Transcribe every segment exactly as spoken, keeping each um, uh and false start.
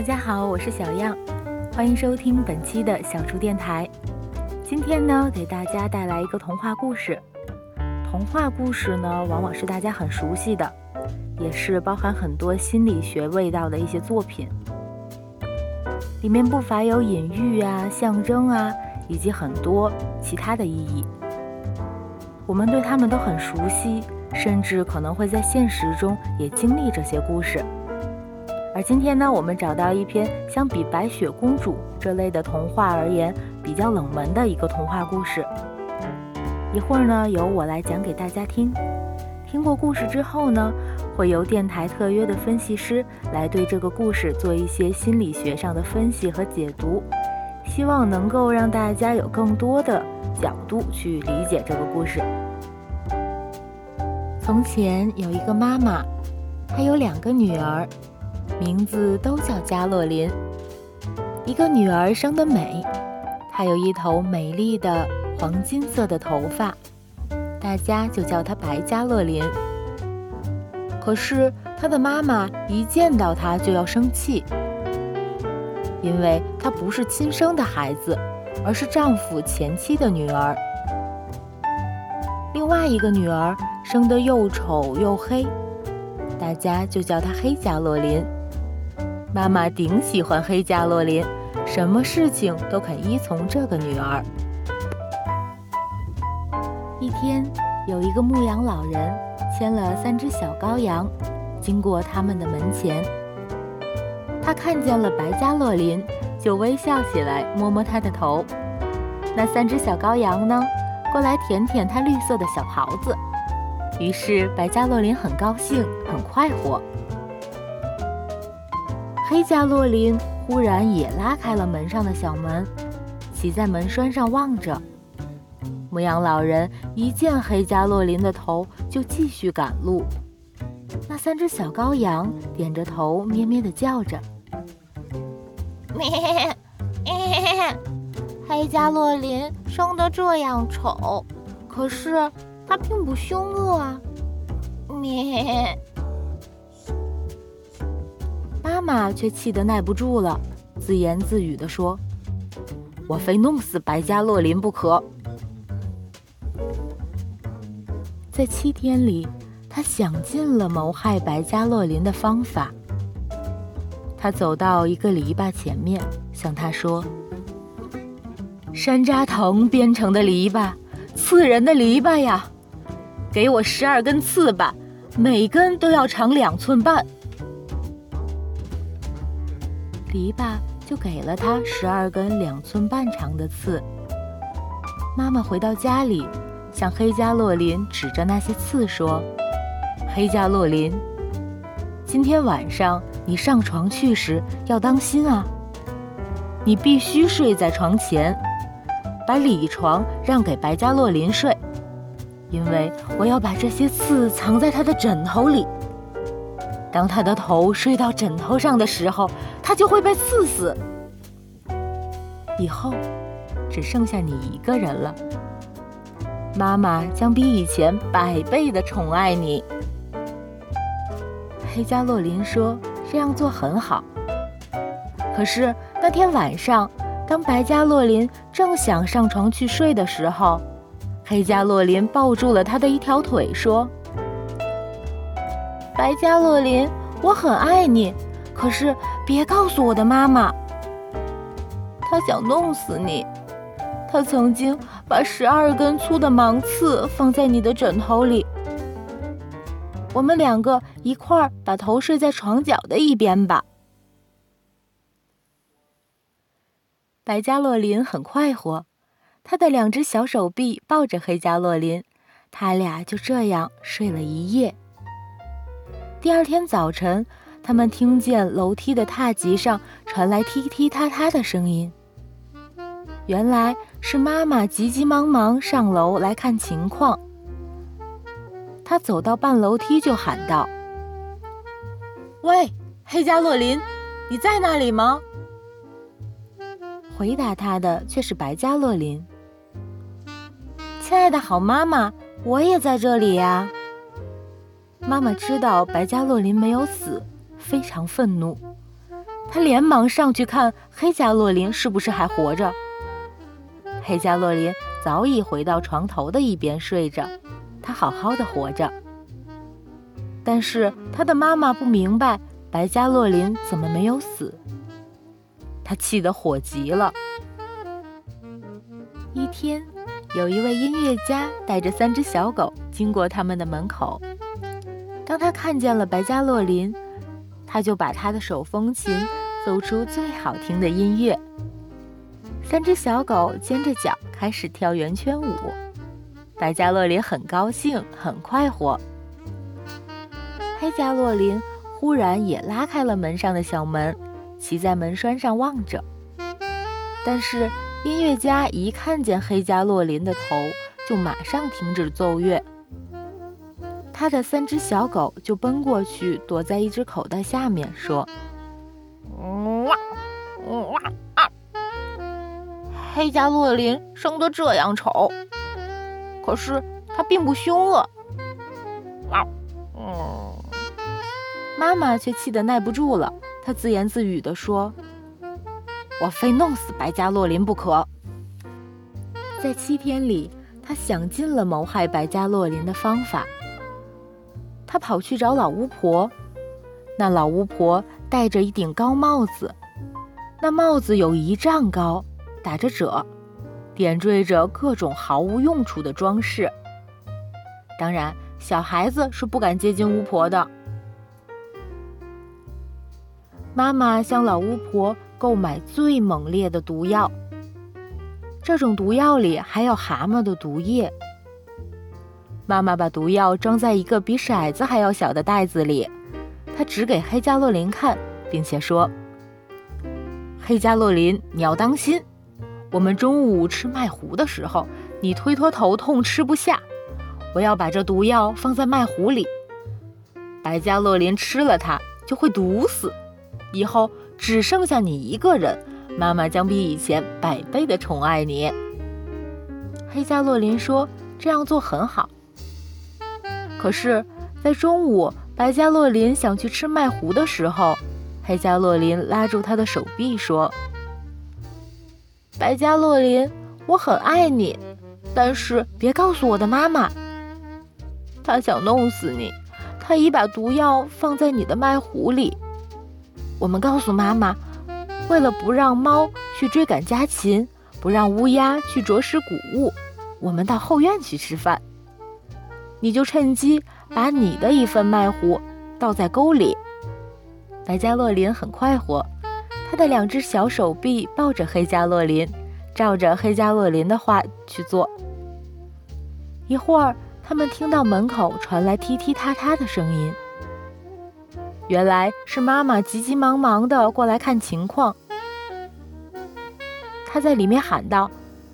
家好，我是小样，欢迎收听本期的小厨电台。今天呢，给大家带来一个童话故事。童话故事呢，往往是大家很熟悉的，也是包含很多心理学味道的一些作品，里面不乏有隐喻啊、象征啊，以及很多其他的意义。我们对他们都很熟悉，甚至可能会在现实中也经历这些故事。而今天呢，我们找到一篇相比白雪公主这类的童话而言比较冷门的一个童话故事。一会儿呢，由我来讲给大家听。听过故事之后呢，会由电台特约的分析师来对这个故事做一些心理学上的分析和解读，希望能够让大家有更多的角度去理解这个故事。从前有一个妈妈，她有两个女儿，名字都叫加洛琳。一个女儿生得美，她有一头美丽的黄金色的头发，大家就叫她白加洛琳。可是她的妈妈一见到她就要生气，因为她不是亲生的孩子，而是丈夫前妻的女儿。另外一个女儿生得又丑又黑，大家就叫她黑加洛琳。妈妈顶喜欢黑加洛琳，什么事情都肯依从这个女儿。一天，有一个牧羊老人牵了三只小羔羊，经过他们的门前。他看见了白加洛琳，就微笑起来，摸摸她的头。那三只小羔羊呢，过来舔舔她绿色的小袍子。于是白加洛琳很高兴，很快活。黑加洛琳忽然也拉开了门上的小门，骑在门栓上望着。牧羊老人一见黑加洛琳的头，就继续赶路。那三只小羔羊点着头，咩咩地叫着。咩咩，黑加洛琳生得这样丑，可是他并不凶恶啊。咩。妈妈却气得耐不住了，自言自语地说：“我非弄死白加洛琳不可。”在七天里，他想尽了谋害白加洛琳的方法。他走到一个篱笆前面，向他说：“山楂藤编成的篱笆，刺人的篱笆呀！给我十二根刺吧，每根都要长两寸半。”篱笆就给了他十二根两寸半长的刺。妈妈回到家里，向黑加洛琳指着那些刺说：“黑加洛琳，今天晚上你上床去时要当心啊！你必须睡在床前，把里床让给白加洛琳睡，因为我要把这些刺藏在她的枕头里。当她的头睡到枕头上的时候，她就会被刺死。以后只剩下你一个人了。妈妈将比以前百倍地宠爱你。”黑加洛琳说：“这样做很好。”可是那天晚上，当白加洛琳正想上床去睡的时候，黑加洛琳抱住了他的一条腿，说：“白加洛琳，我很爱你，可是别告诉我的妈妈。她想弄死你。她曾经把十二根粗的芒刺放在你的枕头里。我们两个一块儿把头睡在床角的一边吧。”白加洛琳很快活，她的两只小手臂抱着黑加洛琳，他俩就这样睡了一夜。第二天早晨，他们听见楼梯的踏级上传来踢踢踏踏的声音。原来是妈妈急急忙忙上楼来看情况。她走到半楼梯就喊道：“喂，黑加洛琳，你在那里吗？”回答她的却是白加洛琳。“亲爱的好妈妈，我也在这里呀。”妈妈知道白加洛琳没有死，非常愤怒。 他连忙上去看黑加洛林是不是还活着。黑加洛林早已回到床头的一边睡着，他好好的活着。但是他的妈妈不明白白加洛林怎么没有死，他气得火急了。一天，有一位音乐家带着三只小狗经过他们的门口，当他看见了白加洛林，他就把他的手风琴奏出最好听的音乐。三只小狗尖着角开始跳圆圈舞，白加洛林很高兴，很快活。黑加洛林忽然也拉开了门上的小门，骑在门栓上望着。但是音乐家一看见黑加洛林的头，就马上停止奏乐。他的三只小狗就奔过去，躲在一只口袋下面，说：“嗯哇，嗯哇啊！黑加洛林生得这样丑，可是他并不凶恶。”哇，嗯。妈妈却气得耐不住了，她自言自语地说：“我非弄死白加洛林不可。”在七天里，她想尽了谋害白加洛林的方法。她跑去找老巫婆，那老巫婆戴着一顶高帽子，那帽子有一丈高，打着褶，点缀着各种毫无用处的装饰。当然，小孩子是不敢接近巫婆的。妈妈向老巫婆购买最猛烈的毒药，这种毒药里还有蛤蟆的毒液。妈妈把毒药装在一个比骰子还要小的袋子里，她指给黑加洛林看，并且说：“黑加洛林，你要当心，我们中午吃麦糊的时候，你推脱头痛吃不下，我要把这毒药放在麦糊里，白加洛林吃了它就会毒死。以后只剩下你一个人，妈妈将比以前百倍的宠爱你。”黑加洛林说：“这样做很好。”可是，在中午，白加洛林想去吃麦糊的时候，黑加洛林拉住他的手臂说：“白加洛林，我很爱你，但是别告诉我的妈妈。她想弄死你，她已把毒药放在你的麦糊里。我们告诉妈妈，为了不让猫去追赶家禽，不让乌鸦去啄食谷物，我们到后院去吃饭。你就趁机把你的一份麦糊倒在沟里。”白加洛林很快活，他的两只小手臂抱着黑加洛林，照着黑加洛林的话去做。一会儿，他们听到门口传来踢踢踏踏的声音，原来是妈妈急急忙忙地过来看情况。她在里面喊道：“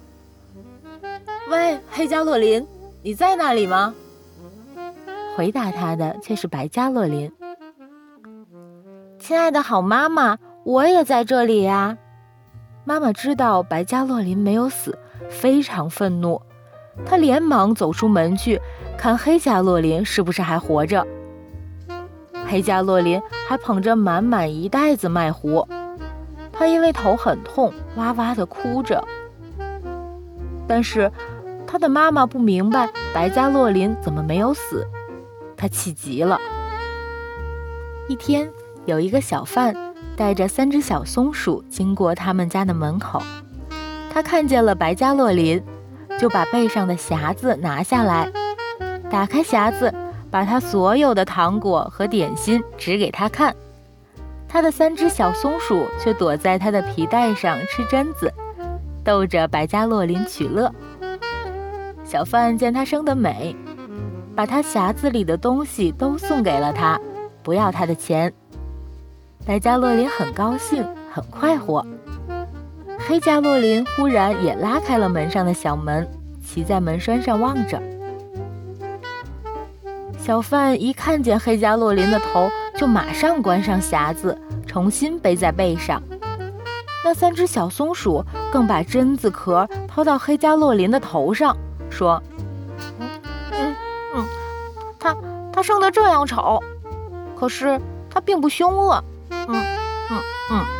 喂，黑加洛林，你在那里吗？”回答她的却是白加洛林。“亲爱的好妈妈，我也在这里呀。”妈妈知道白加洛林没有死，非常愤怒，她连忙走出门去看黑加洛林是不是还活着。黑加洛林还捧着满满一袋子麦糊，他因为头很痛，哇哇地哭着。但是他的妈妈不明白白加洛林怎么没有死，他气极了。一天，有一个小贩带着三只小松鼠经过他们家的门口，他看见了白加洛林，就把背上的匣子拿下来，打开匣子，把他所有的糖果和点心指给他看。他的三只小松鼠却躲在他的皮带上吃榛子，逗着白加洛林取乐。小贩见他生得美，把他匣子里的东西都送给了他，不要他的钱。白加洛林很高兴，很快活。黑加洛林忽然也拉开了门上的小门，骑在门栓上望着。小贩一看见黑加洛林的头，就马上关上匣子，重新背在背上。那三只小松鼠更把榛子壳抛到黑加洛林的头上，说：“嗯嗯嗯，他他生得这样丑，可是他并不凶恶。嗯嗯嗯。”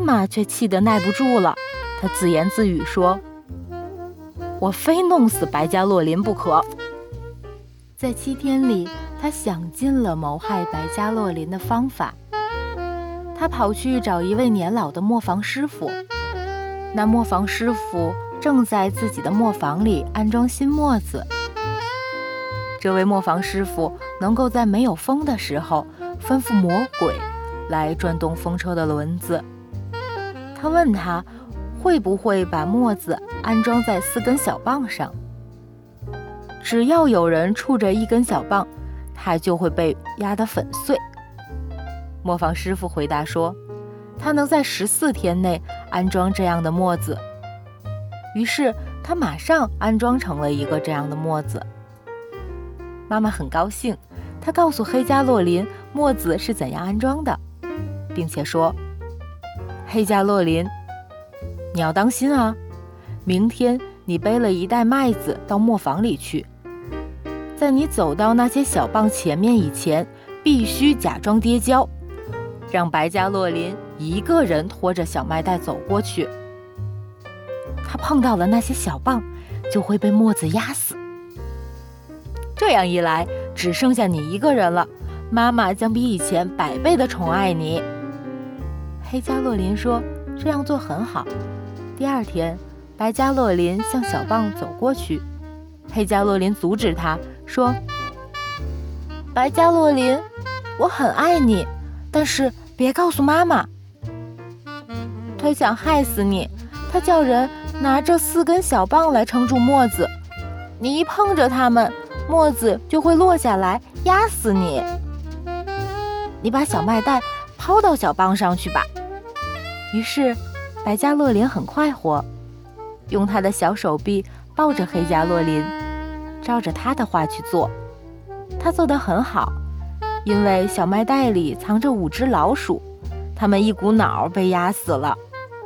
妈却气得耐不住了，她自言自语说：我非弄死白加洛林不可。在七天里，她想尽了谋害白加洛林的方法。她跑去找一位年老的磨坊师傅，那磨坊师傅正在自己的磨坊里安装新磨子。这位磨坊师傅能够在没有风的时候吩咐魔鬼来转动风车的轮子。他问他会不会把磨子安装在四根小棒上，只要有人触着一根小棒，它就会被压得粉碎。磨坊师傅回答说，他能在十四天内安装这样的磨子。于是他马上安装成了一个这样的磨子。妈妈很高兴，她告诉黑加洛林磨子是怎样安装的，并且说，黑加洛林，你要当心啊，明天你背了一袋麦子到磨坊里去，在你走到那些小棒前面以前，必须假装跌跤，让白加洛林一个人拖着小麦袋走过去。他碰到了那些小棒，就会被磨子压死。这样一来，只剩下你一个人了，妈妈将比以前百倍的宠爱你。黑加洛林说，这样做很好。第二天，白加洛林向小棒走过去，黑加洛林阻止他说，白加洛林，我很爱你，但是别告诉妈妈。他想害死你，他叫人拿着四根小棒来撑住磨子，你一碰着它们，磨子就会落下来压死你。你把小麦袋抛到小棒上去吧。于是白加洛林很快活，用他的小手臂抱着黑加洛林，照着他的话去做。他做得很好，因为小麦袋里藏着五只老鼠，它们一股脑被压死了。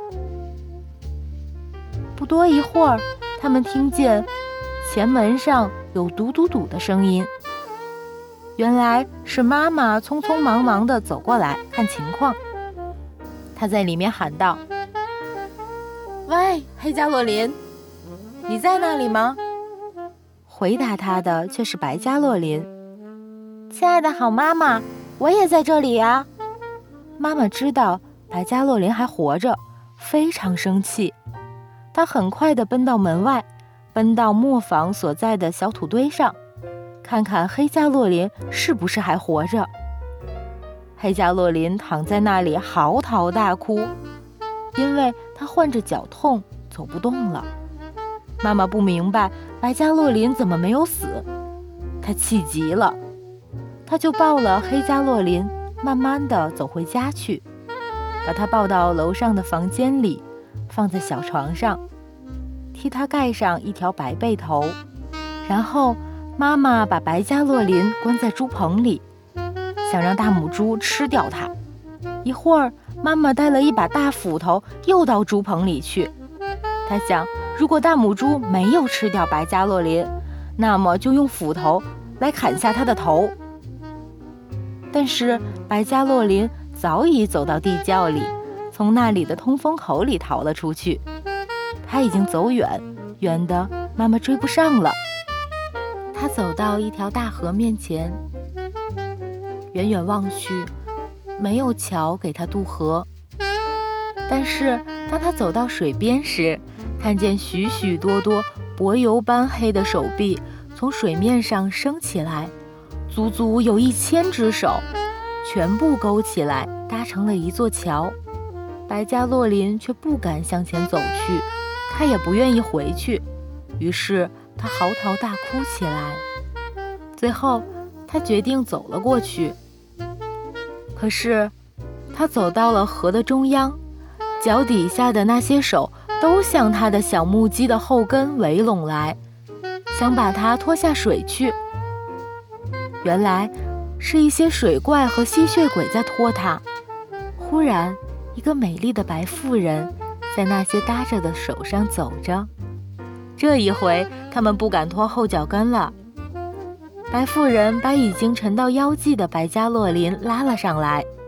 不多一会儿，他们听见前门上有嘟嘟嘟的声音，原来是妈妈匆匆忙忙地走过来看情况。她在里面喊道，喂，黑加洛林，你在那里吗？回答她的却是白加洛林。亲爱的好妈妈，我也在这里啊。妈妈知道白加洛林还活着，非常生气。她很快地奔到门外，奔到磨坊所在的小土堆上，看看黑加洛林是不是还活着。黑加洛林躺在那里嚎啕大哭，因为他患着脚痛，走不动了。妈妈不明白白加洛林怎么没有死，她气极了，她就抱了黑加洛林，慢慢地走回家去，把他抱到楼上的房间里，放在小床上，替他盖上一条白被头。然后妈妈把白加洛林关在猪棚里，想让大母猪吃掉它。一会儿，妈妈带了一把大斧头又到猪棚里去。她想，如果大母猪没有吃掉白加洛林，那么就用斧头来砍下它的头。但是白加洛林早已走到地窖里，从那里的通风口里逃了出去。他已经走远，远的妈妈追不上了。他走到一条大河面前，远远望去，没有桥给他渡河。但是当他走到水边时，看见许许多多柏油般黑的手臂从水面上升起来，足足有一千只手，全部勾起来搭成了一座桥。白加洛林却不敢向前走去，他也不愿意回去，于是他嚎啕大哭起来。最后他决定走了过去，可是他走到了河的中央，脚底下的那些手都向他的小木屐的后跟围拢来，想把他拖下水去。原来是一些水怪和吸血鬼在拖他。忽然一个美丽的白妇人在那些搭着的手上走着，这一回他们不敢拖后脚跟了。白妇人把已经沉到腰际的白加洛林拉了上来，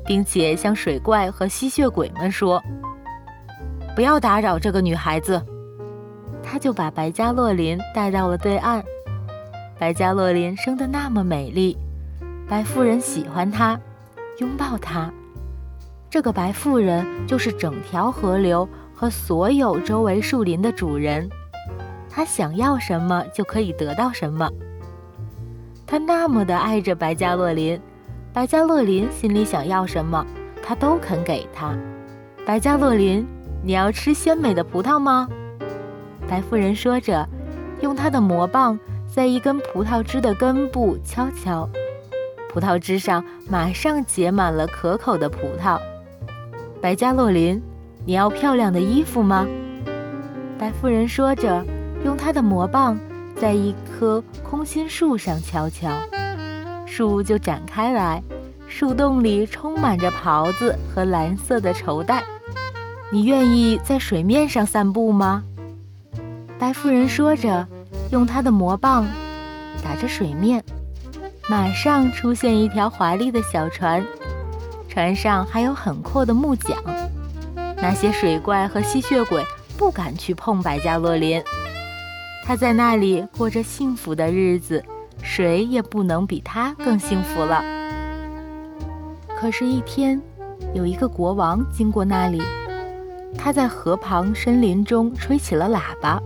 并且向水怪和吸血鬼们说：“不要打扰这个女孩子。”他就把白加洛林带到了对岸。白加洛林生得那么美丽，白妇人喜欢她，拥抱她。这个白妇人就是整条河流和所有周围树林的主人，她想要什么就可以得到什么。她那么的爱着白加洛林，白加洛林心里想要什么，她都肯给他。白加洛林，你要吃鲜美的葡萄吗？白妇人说着，用她的魔棒在一根葡萄枝的根部敲敲，葡萄枝上马上结满了可口的葡萄。白加洛林，你要漂亮的衣服吗？白妇人说着，用她的魔棒在一棵空心树上敲敲，树就展开来，树洞里充满着袍子和蓝色的绸带。你愿意在水面上散步吗？白妇人说着，用她的魔棒打着水面，马上出现一条华丽的小船，船上还有很阔的木桨。那些水怪和吸血鬼不敢去碰白加洛林，他在那里过着幸福的日子，谁也不能比他更幸福了。可是，一天，有一个国王经过那里，他在河旁森林中吹起了喇叭。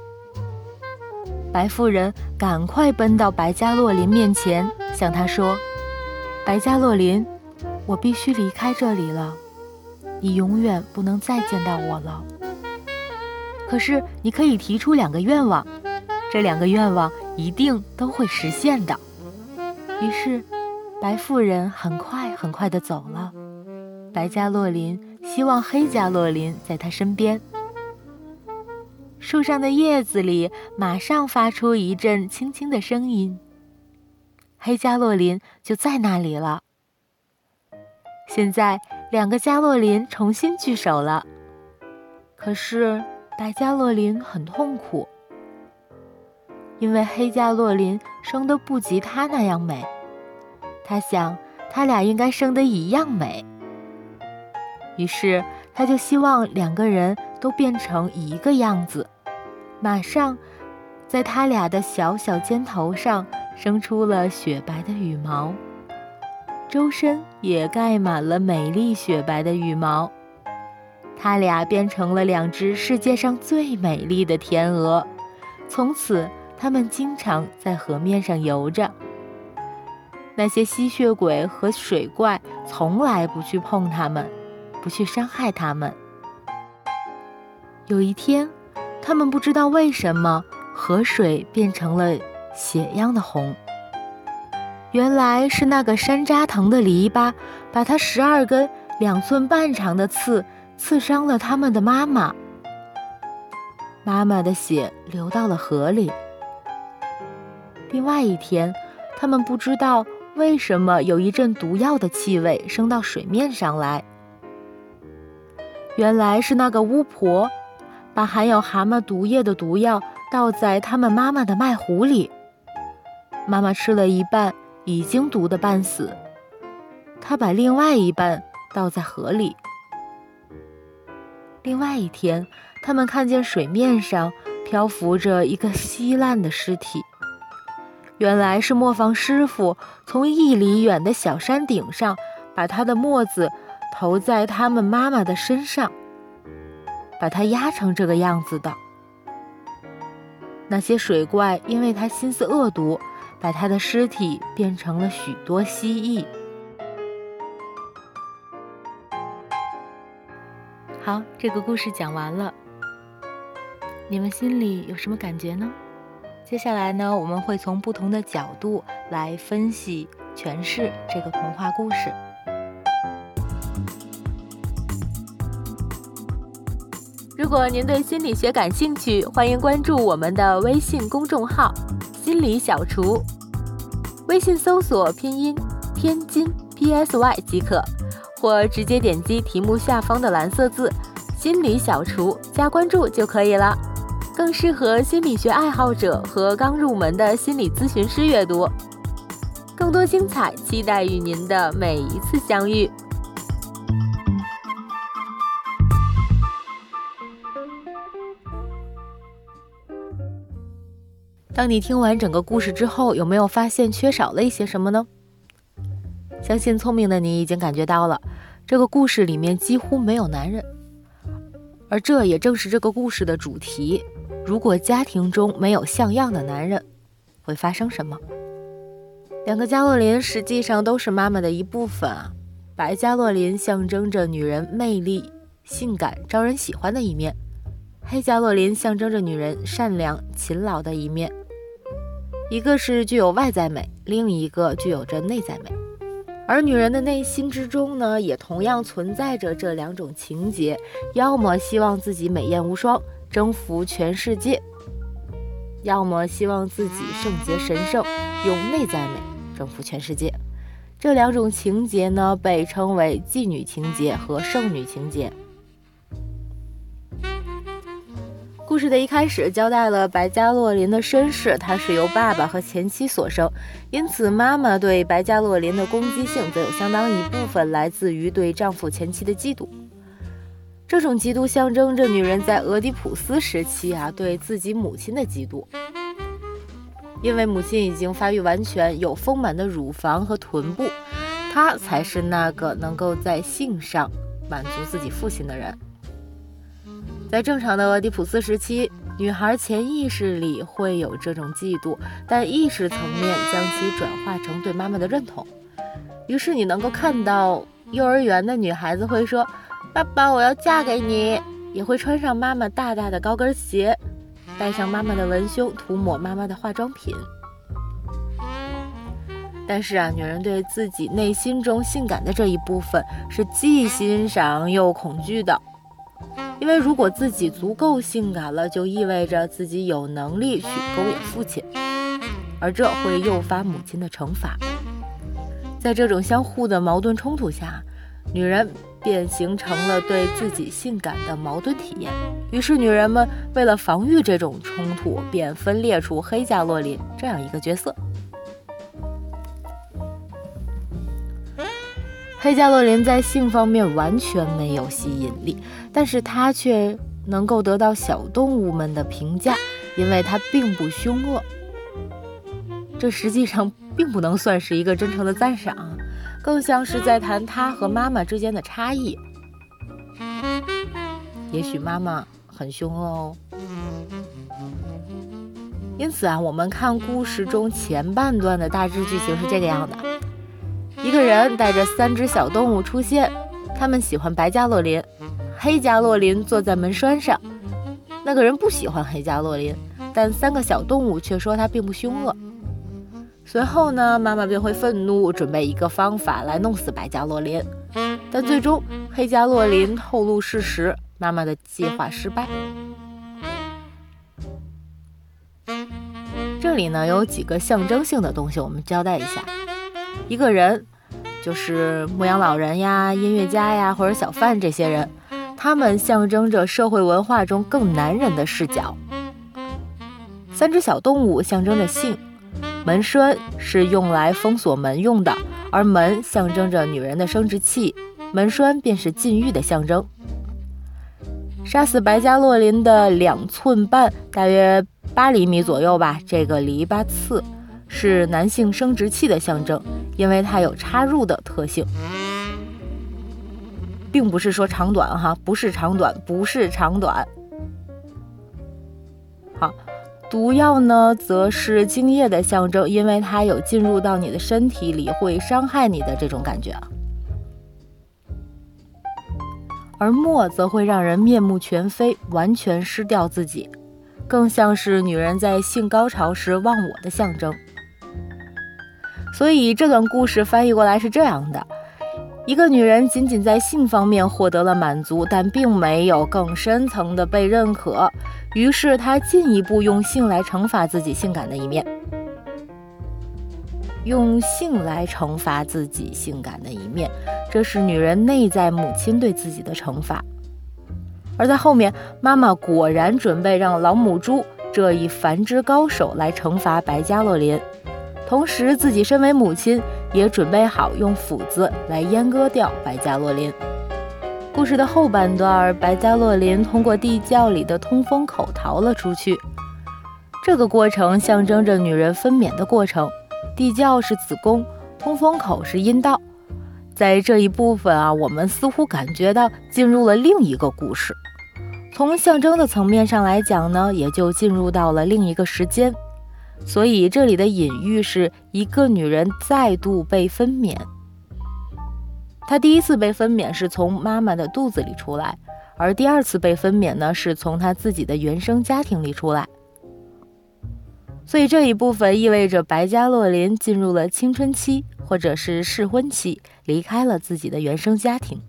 白妇人赶快奔到白加洛林面前，向他说：“白加洛林，我必须离开这里了，你永远不能再见到我了。可是你可以提出两个愿望，这两个愿望一定都会实现的。”于是，白妇人很快很快地走了。白加洛林希望黑加洛林在他身边。树上的叶子里马上发出一阵轻轻的声音，黑加洛林就在那里了。现在两个加洛林重新聚首了，可是白加洛林很痛苦，因为黑加洛林生得不及他那样美。他想，他俩应该生得一样美，于是他就希望两个人都变成一个样子。马上，在他俩的小小肩头上生出了雪白的羽毛，周身也盖满了美丽雪白的羽毛。他俩变成了两只世界上最美丽的天鹅，从此他们经常在河面上游着。那些吸血鬼和水怪从来不去碰它们，不去伤害它们。有一天，他们不知道为什么河水变成了血样的红，原来是那个山楂藤的篱笆把它十二根两寸半长的刺刺伤了他们的妈妈。妈妈的血流到了河里。另外一天，他们不知道为什么有一阵毒药的气味升到水面上来，原来是那个巫婆把含有蛤蟆毒液的毒药倒在他们妈妈的麦糊里。妈妈吃了一半，已经毒得半死，她把另外一半倒在河里。另外一天，他们看见水面上漂浮着一个稀烂的尸体，原来是磨坊师傅从一里远的小山顶上把他的磨子投在他们妈妈的身上，把它压成这个样子的。那些水怪因为他心思恶毒，把他的尸体变成了许多蜥蜴。好，这个故事讲完了，你们心里有什么感觉呢？接下来呢，我们会从不同的角度来分析诠释这个童话故事。如果您对心理学感兴趣，欢迎关注我们的微信公众号心理小厨，微信搜索拼音天津 P S Y 即可，或直接点击题目下方的蓝色字心理小厨加关注就可以了，更适合心理学爱好者和刚入门的心理咨询师阅读。更多精彩，期待与您的每一次相遇。 当你听完整个故事之后，有没有发现缺少了一些什么呢？相信聪明的你已经感觉到了，这个故事里面几乎没有男人，而这也正是这个故事的主题。如果家庭中没有像样的男人，会发生什么？两个加洛林实际上都是妈妈的一部分啊。白加洛林象征着女人魅力、性感、招人喜欢的一面，黑加洛林象征着女人善良、勤劳的一面。一个是具有外在美，另一个具有着内在美。而女人的内心之中呢，也同样存在着这两种情节，要么希望自己美艳无双，征服全世界，要么希望自己圣洁神圣，用内在美征服全世界。这两种情节呢，被称为妓女情节和圣女情节。故事的一开始交代了白加洛林的身世，他是由爸爸和前妻所生，因此妈妈对白加洛林的攻击性则有相当一部分来自于对丈夫前妻的嫉妒。这种嫉妒象征着女人在俄狄浦斯时期啊对自己母亲的嫉妒，因为母亲已经发育完全，有丰满的乳房和臀部，她才是那个能够在性上满足自己父亲的人。在正常的俄狄浦斯时期，女孩潜意识里会有这种嫉妒，但意识层面将其转化成对妈妈的认同。于是你能够看到幼儿园的女孩子会说，爸爸我要嫁给你，也会穿上妈妈大大的高跟鞋，戴上妈妈的文胸，涂抹妈妈的化妆品。但是啊，女人对自己内心中性感的这一部分是既欣赏又恐惧的。因为如果自己足够性感了，就意味着自己有能力去勾引父亲，而这会诱发母亲的惩罚。在这种相互的矛盾冲突下，女人便形成了对自己性感的矛盾体验。于是女人们为了防御这种冲突，便分裂出黑加洛林这样一个角色。黑加洛林在性方面完全没有吸引力，但是他却能够得到小动物们的评价，因为他并不凶恶。这实际上并不能算是一个真诚的赞赏，更像是在谈他和妈妈之间的差异。也许妈妈很凶恶哦。因此啊，我们看故事中前半段的大致剧情是这个样的。一个人带着三只小动物出现，他们喜欢白加洛林，黑加洛林坐在门栓上。那个人不喜欢黑加洛林，但三个小动物却说他并不凶恶。随后呢，妈妈便会愤怒，准备一个方法来弄死白加洛林，但最终黑加洛林透露事实，妈妈的计划失败。这里呢有几个象征性的东西，我们交代一下。一个人就是牧羊老人呀、音乐家呀或者小贩这些人，他们象征着社会文化中更男人的视角。三只小动物象征着性，门栓是用来封锁门用的，而门象征着女人的生殖器，门栓便是禁欲的象征。杀死白加洛林的两寸半，大约八厘米左右吧，这个篱笆刺是男性生殖器的象征，因为它有插入的特性，并不是说长短哈，不是长短，不是长短。好，毒药呢，则是精液的象征，因为它有进入到你的身体里会伤害你的这种感觉啊。而墨则会让人面目全非，完全失掉自己，更像是女人在性高潮时忘我的象征。所以这段故事翻译过来是这样的：一个女人仅仅在性方面获得了满足，但并没有更深层的被认可，于是她进一步用性来惩罚自己性感的一面，用性来惩罚自己性感的一面，这是女人内在母亲对自己的惩罚。而在后面，妈妈果然准备让老母猪这一繁殖高手来惩罚白加洛林，同时自己身为母亲也准备好用斧子来阉割掉白加洛林。故事的后半段，白加洛林通过地窖里的通风口逃了出去， 这个过程象征着女人分娩的过程，地窖是子宫，通风口是阴道。在这一部分啊，我们似乎感觉到进入了另一个故事。从象征的层面上来讲呢，也就进入到了另一个时间。所以这里的隐喻是一个女人再度被分娩。她第一次被分娩是从妈妈的肚子里出来，而第二次被分娩呢，是从她自己的原生家庭里出来。所以这一部分意味着白加洛林进入了青春期或者是适婚期，离开了自己的原生家庭。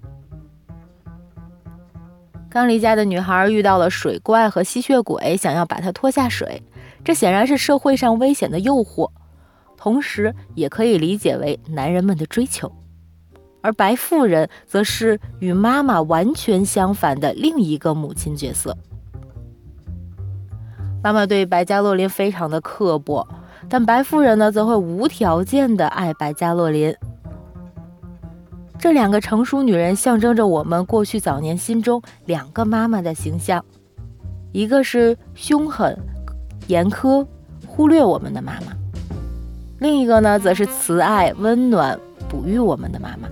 刚离家的女孩遇到了水怪和吸血鬼，想要把她拖下水，这显然是社会上危险的诱惑，同时也可以理解为男人们的追求。而白妇人则是与妈妈完全相反的另一个母亲角色。妈妈对白加洛林非常的刻薄，但白妇人呢，则会无条件的爱白加洛林。这两个成熟女人象征着我们过去早年心中两个妈妈的形象，一个是凶狠、严苛、忽略我们的妈妈，另一个呢，则是慈爱、温暖、哺育我们的妈妈。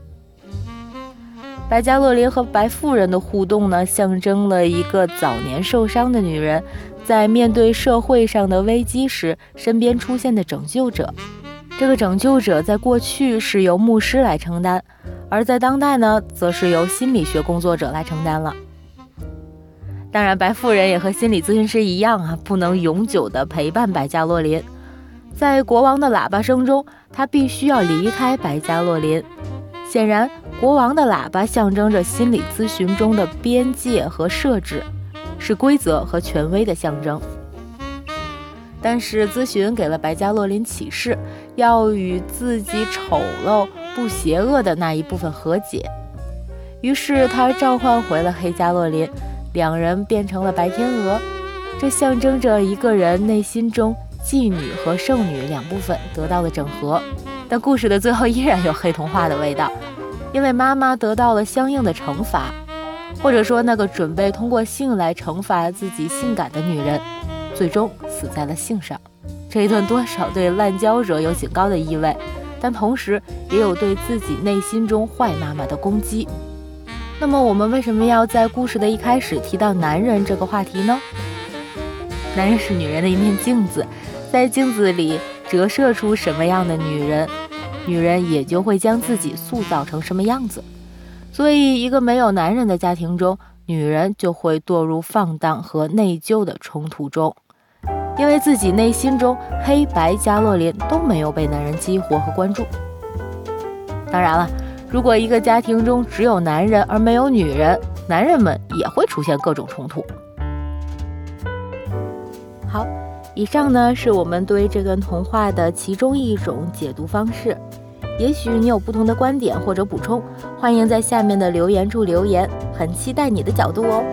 白加洛林和白妇人的互动呢，象征了一个早年受伤的女人在面对社会上的危机时身边出现的拯救者。这个拯救者在过去是由牧师来承担，而在当代呢，则是由心理学工作者来承担了。当然，白妇人也和心理咨询师一样啊，不能永久的陪伴白加洛林。在国王的喇叭声中，他必须要离开白加洛林。显然，国王的喇叭象征着心理咨询中的边界和设置，是规则和权威的象征。但是咨询给了白加洛林启示，要与自己丑陋不邪恶的那一部分和解。于是他召唤回了黑加洛林，两人变成了白天鹅。这象征着一个人内心中妓女和圣女两部分得到了整合。但故事的最后依然有黑童话的味道，因为妈妈得到了相应的惩罚，或者说那个准备通过性来惩罚自己性感的女人，最终死在了性上。这一段多少对滥交者有警告的意味，但同时也有对自己内心中坏妈妈的攻击。那么我们为什么要在故事的一开始提到男人这个话题呢？男人是女人的一面镜子，在镜子里折射出什么样的女人，女人也就会将自己塑造成什么样子。所以一个没有男人的家庭中，女人就会堕入放荡和内疚的冲突中，因为自己内心中黑白加洛林都没有被男人激活和关注。当然了，如果一个家庭中只有男人而没有女人，男人们也会出现各种冲突。好，以上呢是我们对这段童话的其中一种解读方式。也许你有不同的观点或者补充，欢迎在下面的留言处留言，很期待你的角度哦。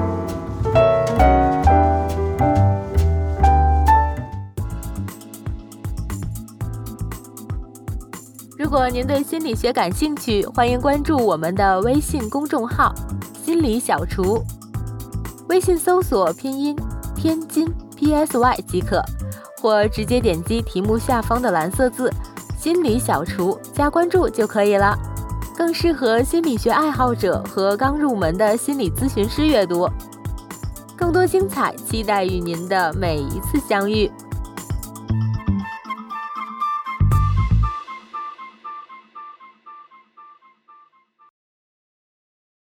如果您对心理学感兴趣，欢迎关注我们的微信公众号心理小厨，微信搜索拼音天津 P S Y 即可，或直接点击题目下方的蓝色字心理小厨加关注就可以了，更适合心理学爱好者和刚入门的心理咨询师阅读。更多精彩，期待与您的每一次相遇。